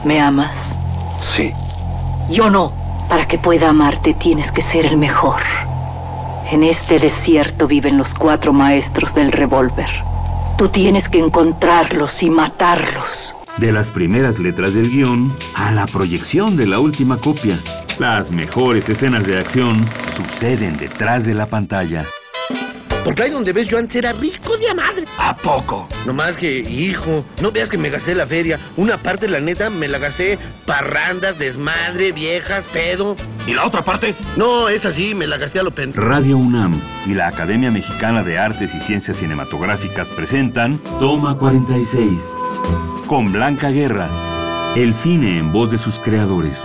¿Me amas? Sí. Yo no. Para que pueda amarte tienes que ser el mejor. En este desierto viven los 4 maestros del revólver. Tú tienes que encontrarlos y matarlos. De las primeras letras del guión a la proyección de la última copia, las mejores escenas de acción suceden detrás de la pantalla. Porque ahí donde ves yo antes era rico de a madre. ¿A poco? No más que, hijo, no veas que me gasté la feria. Una parte, la neta, me la gasté parrandas, desmadre, viejas, pedo. ¿Y la otra parte? No, esa sí, me la gasté a lo pendejo. Radio UNAM y la Academia Mexicana de Artes y Ciencias Cinematográficas presentan Toma 46, con Blanca Guerra, el cine en voz de sus creadores.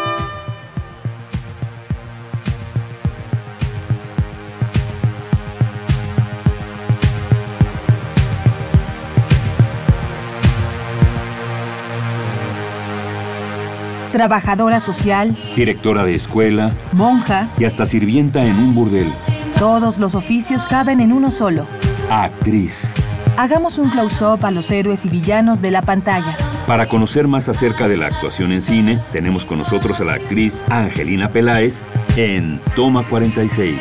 Trabajadora social, Directora de escuela monja, y hasta sirvienta en un burdel. todos los oficios caben en uno solo. Actriz. Hagamos un close-up a los héroes y villanos de la pantalla. Para conocer más acerca de la actuación en cine, tenemos con nosotros a la actriz Angelina Peláez en Toma 46.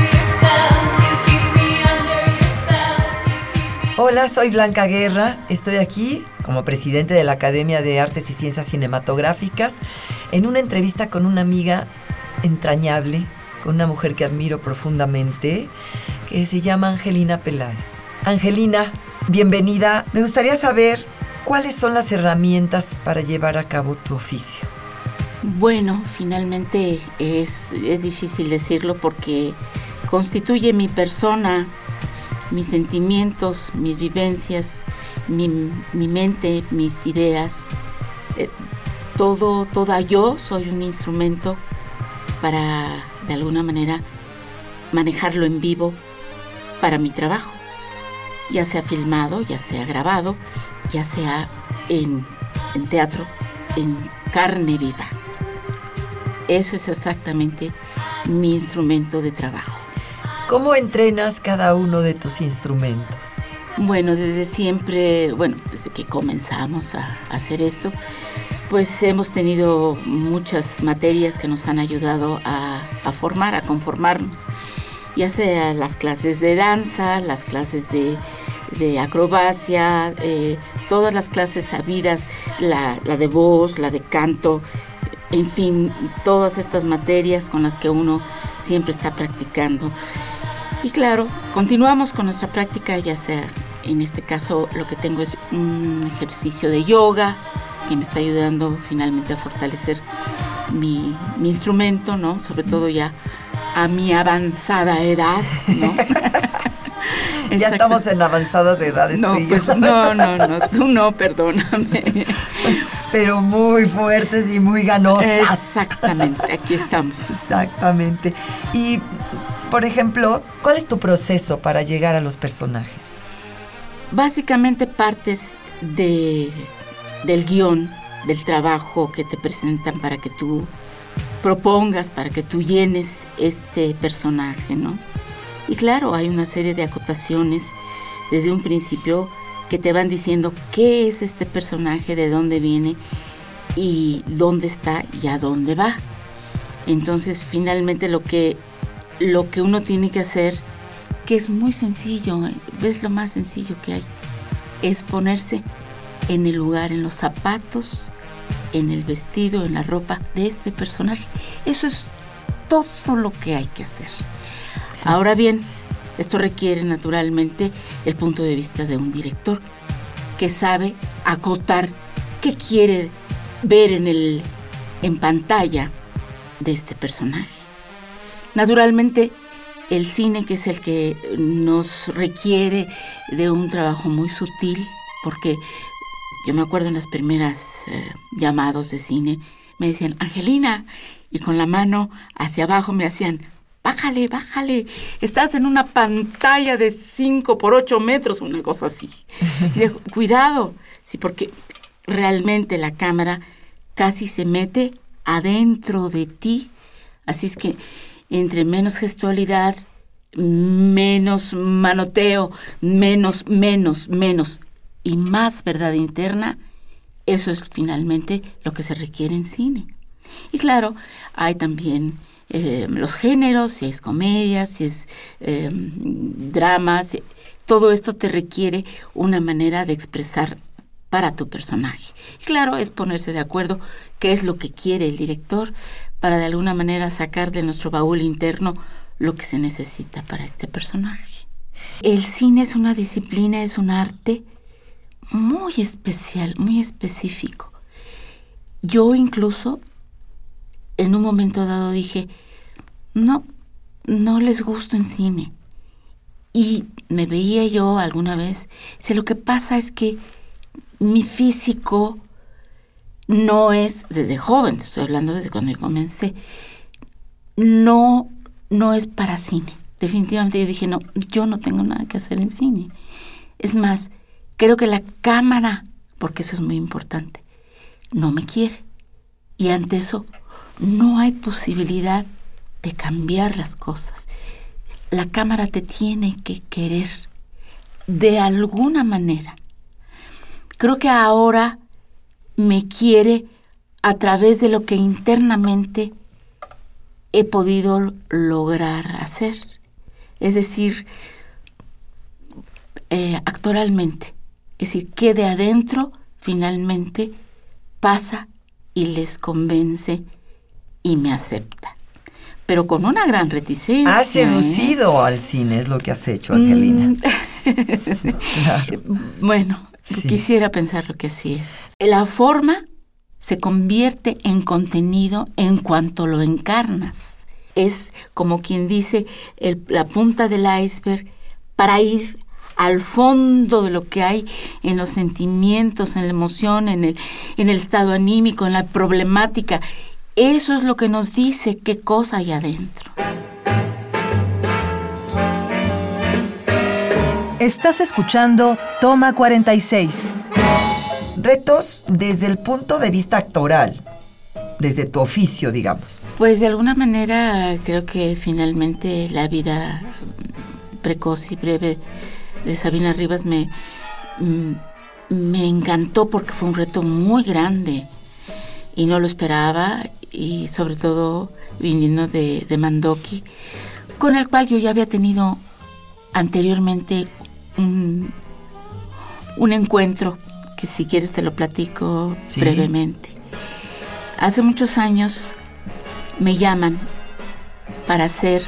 Hola, soy Blanca Guerra. Estoy aquí como presidente de la Academia de Artes y Ciencias Cinematográficas en una entrevista con una amiga entrañable, con una mujer que admiro profundamente, que se llama Angelina Peláez. Angelina, bienvenida. Me gustaría saber cuáles son las herramientas para llevar a cabo tu oficio. Bueno, finalmente es difícil decirlo porque constituye mi persona, mis sentimientos, mis vivencias, mi mente, mis ideas. Toda yo soy un instrumento para, de alguna manera, manejarlo en vivo para mi trabajo, ya sea filmado, ya sea grabado, ya sea en teatro, en carne viva. Eso es exactamente mi instrumento de trabajo. ¿Cómo entrenas cada uno de tus instrumentos? Bueno, desde siempre, desde que comenzamos a hacer esto, pues hemos tenido muchas materias que nos han ayudado a formar, a conformarnos, ya sea las clases de danza, las clases de acrobacia, todas las clases habidas, la de voz, la de canto, en fin, todas estas materias con las que uno siempre está practicando. Y claro, continuamos con nuestra práctica, ya sea, en este caso, lo que tengo es un ejercicio de yoga que me está ayudando finalmente a fortalecer mi instrumento, ¿no? Sobre todo ya a mi avanzada edad, ¿no? Ya estamos en avanzadas edades. No, pues no, tú no, perdóname. Pero muy fuertes y muy ganosas. Exactamente, aquí estamos. Exactamente. Y, por ejemplo, ¿cuál es tu proceso para llegar a los personajes? Básicamente partes del guión, del trabajo que te presentan para que tú propongas, para que tú llenes este personaje, ¿no? Y claro, hay una serie de acotaciones desde un principio que te van diciendo qué es este personaje, de dónde viene y dónde está y a dónde va. Entonces, finalmente lo que uno tiene que hacer, que es muy sencillo, es lo más sencillo que hay, es ponerse en el lugar, en los zapatos, en el vestido, en la ropa de este personaje. Eso es todo lo que hay que hacer. Ahora bien, esto requiere naturalmente el punto de vista de un director que sabe acotar qué quiere ver en pantalla de este personaje. Naturalmente, el cine, que es el que nos requiere de un trabajo muy sutil, porque yo me acuerdo en las primeras llamados de cine, me decían, Angelina, y con la mano hacia abajo me hacían, bájale, estás en una pantalla de 5 por 8 metros, una cosa así. Y digo, cuidado, sí, porque realmente la cámara casi se mete adentro de ti, así es que entre menos gestualidad, menos manoteo, menos y más verdad interna, Eso es finalmente lo que se requiere en cine. Y claro, hay también los géneros, si es comedia, si es drama, todo esto te requiere una manera de expresar para tu personaje. Y claro, es ponerse de acuerdo qué es lo que quiere el director para de alguna manera sacar de nuestro baúl interno lo que se necesita para este personaje. El cine es una disciplina, es un arte muy especial, muy específico. Yo incluso en un momento dado dije, no les gusto en cine. Y me veía yo alguna vez, lo que pasa es que mi físico no es, desde joven, estoy hablando desde cuando yo comencé, no es para cine. Definitivamente yo dije, no, yo no tengo nada que hacer en cine. Es más, creo que la cámara, porque eso es muy importante, no me quiere. Y ante eso no hay posibilidad de cambiar las cosas. La cámara te tiene que querer de alguna manera. Creo que ahora me quiere a través de lo que internamente he podido lograr hacer. Es decir, actoralmente. Es decir, que de adentro finalmente pasa y les convence y me acepta. Pero con una gran reticencia. Has seducido al cine, es lo que has hecho, Angelina. Claro. Bueno, sí. Quisiera pensar lo que así es. La forma se convierte en contenido en cuanto lo encarnas. Es como quien dice la punta del iceberg para ir al fondo de lo que hay en los sentimientos, en la emoción, en el estado anímico, en la problemática. Eso es lo que nos dice qué cosa hay adentro. Estás escuchando Toma 46. Retos desde el punto de vista actoral, desde tu oficio, digamos. Pues de alguna manera creo que finalmente la vida precoz y breve de Sabina Rivas me encantó porque fue un reto muy grande y no lo esperaba, y sobre todo viniendo de Mandoki, con el cual yo ya había tenido anteriormente un encuentro que si quieres te lo platico brevemente. Hace muchos años me llaman para hacer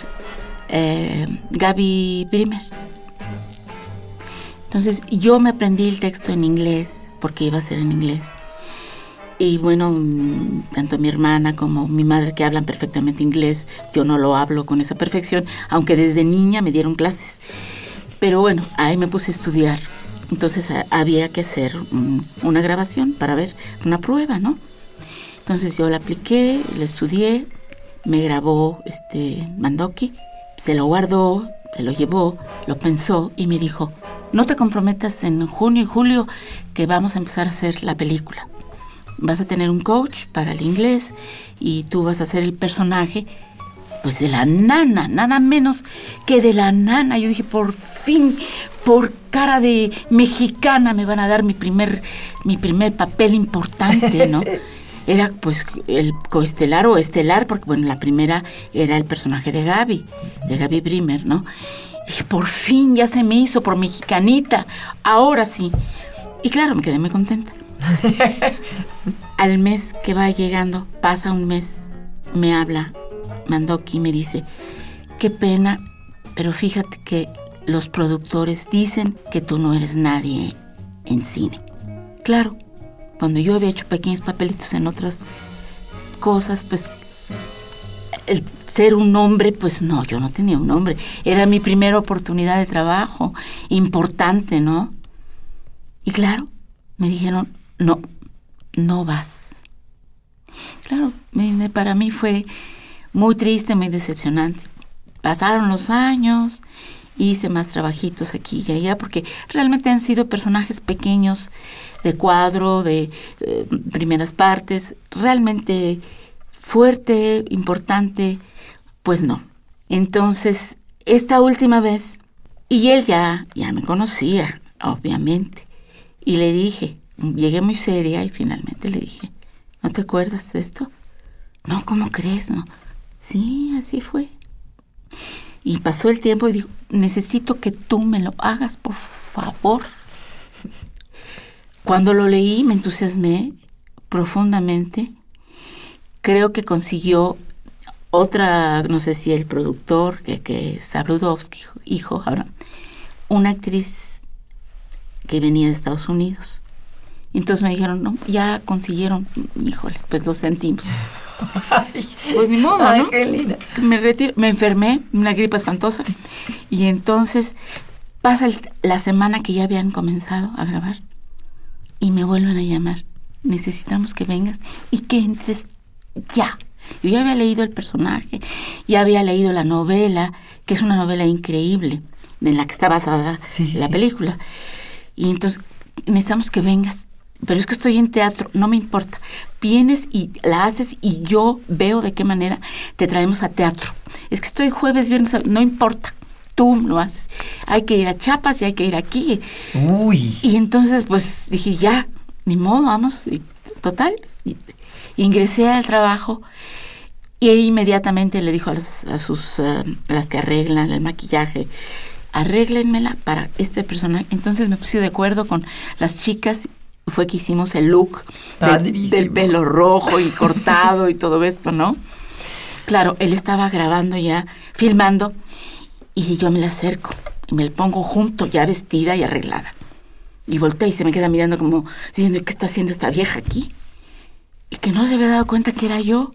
Gaby Brimer. Entonces yo me aprendí el texto en inglés porque iba a ser en inglés. Y bueno, tanto mi hermana como mi madre, que hablan perfectamente inglés, yo no lo hablo con esa perfección, aunque desde niña me dieron clases. Pero bueno, ahí me puse a estudiar. Entonces había que hacer una grabación para ver una prueba, ¿no? Entonces yo la apliqué, la estudié, me grabó Mandoki, se lo guardó, se lo llevó, lo pensó y me dijo, no te comprometas en junio y julio que vamos a empezar a hacer la película. Vas a tener un coach para el inglés y tú vas a ser el personaje, pues de la nana, nada menos que de la nana. Yo dije, por fin, por cara de mexicana me van a dar mi primer papel importante, ¿no? Era pues el coestelar o estelar, porque bueno, la primera era el personaje de Gaby Brimer, ¿no? Dije, por fin ya se me hizo, por mexicanita, ahora sí. Y claro, me quedé muy contenta. Al mes que va llegando, pasa un mes, me habla Mandoki y me dice, qué pena, pero fíjate que los productores dicen que tú no eres nadie en cine. Claro, cuando yo había hecho pequeños papelitos en otras cosas, pues el ser un hombre, pues no, yo no tenía un nombre. Era mi primera oportunidad de trabajo, importante, ¿no? Y claro, me dijeron, no vas. Claro, para mí fue muy triste, muy decepcionante. Pasaron los años, hice más trabajitos aquí y allá, porque realmente han sido personajes pequeños, de cuadro, de primeras partes, realmente fuerte, importante, pues no. Entonces, esta última vez, y él ya me conocía, obviamente, y le dije, llegué muy seria y finalmente le dije, ¿no te acuerdas de esto? No, ¿cómo crees? No. Sí, así fue. Y pasó el tiempo y dijo, necesito que tú me lo hagas, por favor. Cuando lo leí me entusiasmé profundamente. Creo que consiguió otra, no sé si el productor, que es Sabludovsky, hijo, ahora, una actriz que venía de Estados Unidos. Entonces me dijeron, no, ya consiguieron, híjole, pues lo sentimos. Pues ni modo, ¿no? Angelina. Me retiro, me enfermé, una gripa espantosa, y entonces pasa la semana que ya habían comenzado a grabar, y me vuelven a llamar, necesitamos que vengas y que entres ya. Yo ya había leído el personaje, ya había leído la novela, que es una novela increíble, en la que está basada la película. Y entonces, necesitamos que vengas. Pero es que estoy en teatro, no me importa. Vienes y la haces y yo veo de qué manera te traemos a teatro. Es que estoy jueves, viernes, no importa. Tú lo haces. Hay que ir a Chiapas y hay que ir aquí. Uy. Y entonces, pues, dije, ya, ni modo, vamos. Y, total, ingresé al trabajo y inmediatamente le dijo a las que arreglan el maquillaje, arréglenmela para este personaje. Entonces me puse de acuerdo con las chicas, fue que hicimos el look del pelo rojo y cortado y todo esto, ¿no? Claro, él estaba grabando ya, filmando, y yo me le acerco y me le pongo junto, ya vestida y arreglada. Y voltea y se me queda mirando como diciendo, ¿qué está haciendo esta vieja aquí? Y que no se había dado cuenta que era yo.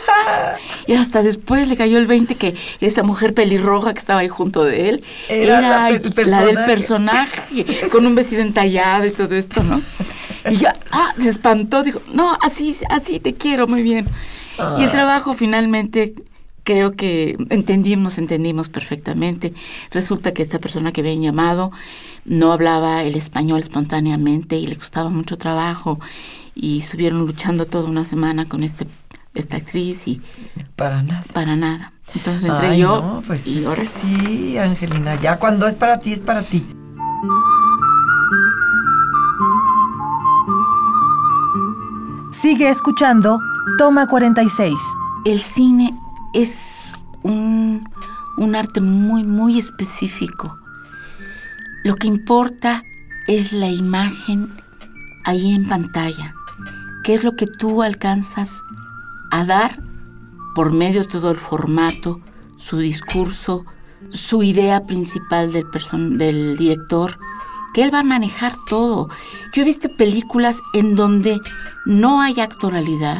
Y hasta después le cayó el 20 que esa mujer pelirroja que estaba ahí junto de él era la del personaje, con un vestido entallado y todo esto, ¿no? Y ya, se espantó, dijo, no, así te quiero, muy bien. Y el trabajo finalmente, creo que nos entendimos perfectamente. Resulta que esta persona que habían llamado no hablaba el español espontáneamente y le costaba mucho trabajo. Y estuvieron luchando toda una semana con esta actriz y... Para nada. Entonces entré yo, no, pues y ahora sí, Angelina, ya cuando es para ti, es para ti. Sigue escuchando Toma 46. El cine es un arte muy, muy específico. Lo que importa es la imagen ahí en pantalla. ¿Qué es lo que tú alcanzas a dar por medio de todo el formato, su discurso, su idea principal del director? Que él va a manejar todo. Yo he visto películas en donde no hay actoralidad,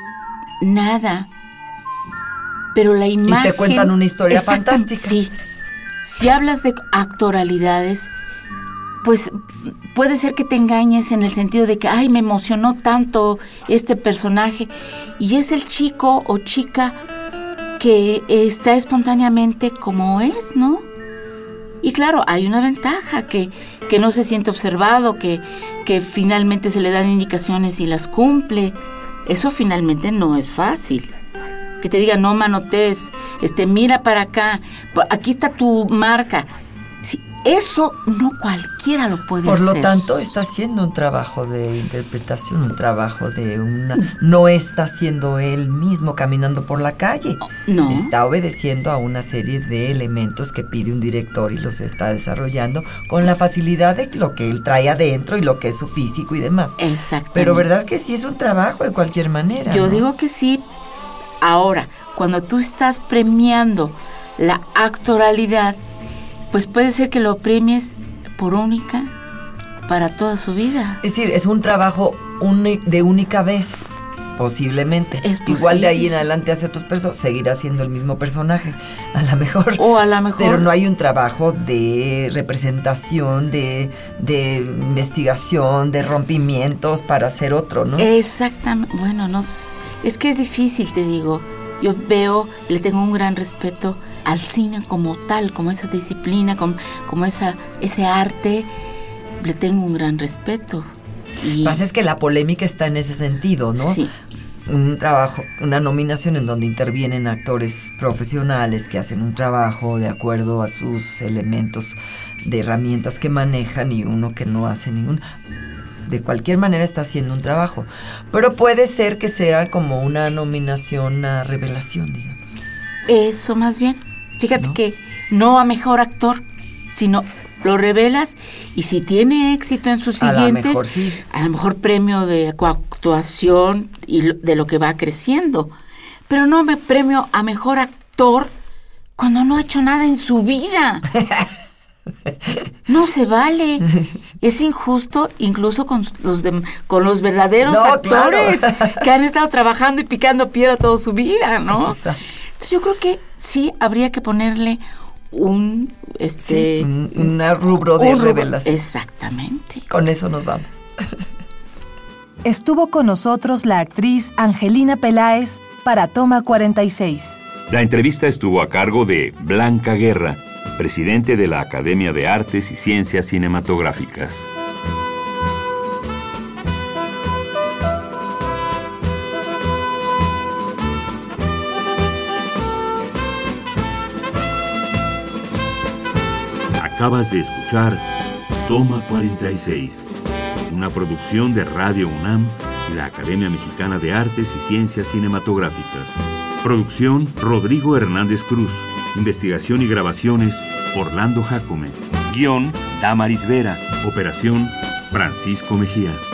nada, pero la imagen... Y te cuentan una historia fantástica. Sí. Si hablas de actoralidades, pues puede ser que te engañes en el sentido de que, me emocionó tanto este personaje, y es el chico o chica que está espontáneamente como es, ¿no? Y claro, hay una ventaja, que no se siente observado, que finalmente se le dan indicaciones y las cumple. Eso finalmente no es fácil. Que te diga, no manotees, mira para acá, aquí está tu marca. Sí, eso no cualquiera lo puede hacer. Por lo tanto, está haciendo un trabajo de interpretación, un trabajo no está haciendo él mismo caminando por la calle. No. Está obedeciendo a una serie de elementos que pide un director y los está desarrollando con la facilidad de lo que él trae adentro y lo que es su físico y demás. Exacto. Pero verdad que sí es un trabajo de cualquier manera. Yo ¿no? digo que sí. Ahora, cuando tú estás premiando la actoralidad, pues puede ser que lo premies por única para toda su vida. Es decir, es un trabajo de única vez, posiblemente. Es posible. Igual de ahí en adelante hace otros personajes, seguirá siendo el mismo personaje, a lo mejor. O a lo mejor. Pero no hay un trabajo de representación, de investigación, de rompimientos para hacer otro, ¿no? Exactamente. Bueno, no, es que es difícil, te digo. Yo le tengo un gran respeto al cine como tal, como esa disciplina, como ese arte. Le tengo un gran respeto. Lo que pasa es que la polémica está en ese sentido, ¿no? Sí. Un trabajo, una nominación en donde intervienen actores profesionales que hacen un trabajo de acuerdo a sus elementos de herramientas que manejan, y uno que no hace ningún... de cualquier manera está haciendo un trabajo. Pero puede ser que sea como una nominación a revelación, digamos. Eso más bien. Fíjate, ¿no? Que no a mejor actor, sino lo revelas y si tiene éxito en sus siguientes, a lo mejor premio de coactuación y de lo que va creciendo. Pero no me premio a mejor actor cuando no ha hecho nada en su vida. No se vale. Es injusto incluso con los verdaderos actores, claro, que han estado trabajando y picando piedra toda su vida, ¿no? Exacto. Entonces yo creo que sí habría que ponerle un rubro de revelación. Exactamente. Con eso nos vamos. Estuvo con nosotros la actriz Angelina Peláez para Toma 46. La entrevista estuvo a cargo de Blanca Guerra, presidente de la Academia de Artes y Ciencias Cinematográficas. Acabas de escuchar Toma 46, una producción de Radio UNAM y la Academia Mexicana de Artes y Ciencias Cinematográficas. Producción Rodrigo Hernández Cruz. Investigación y grabaciones Orlando Jacome. Guión Damaris Vera. Operación Francisco Mejía.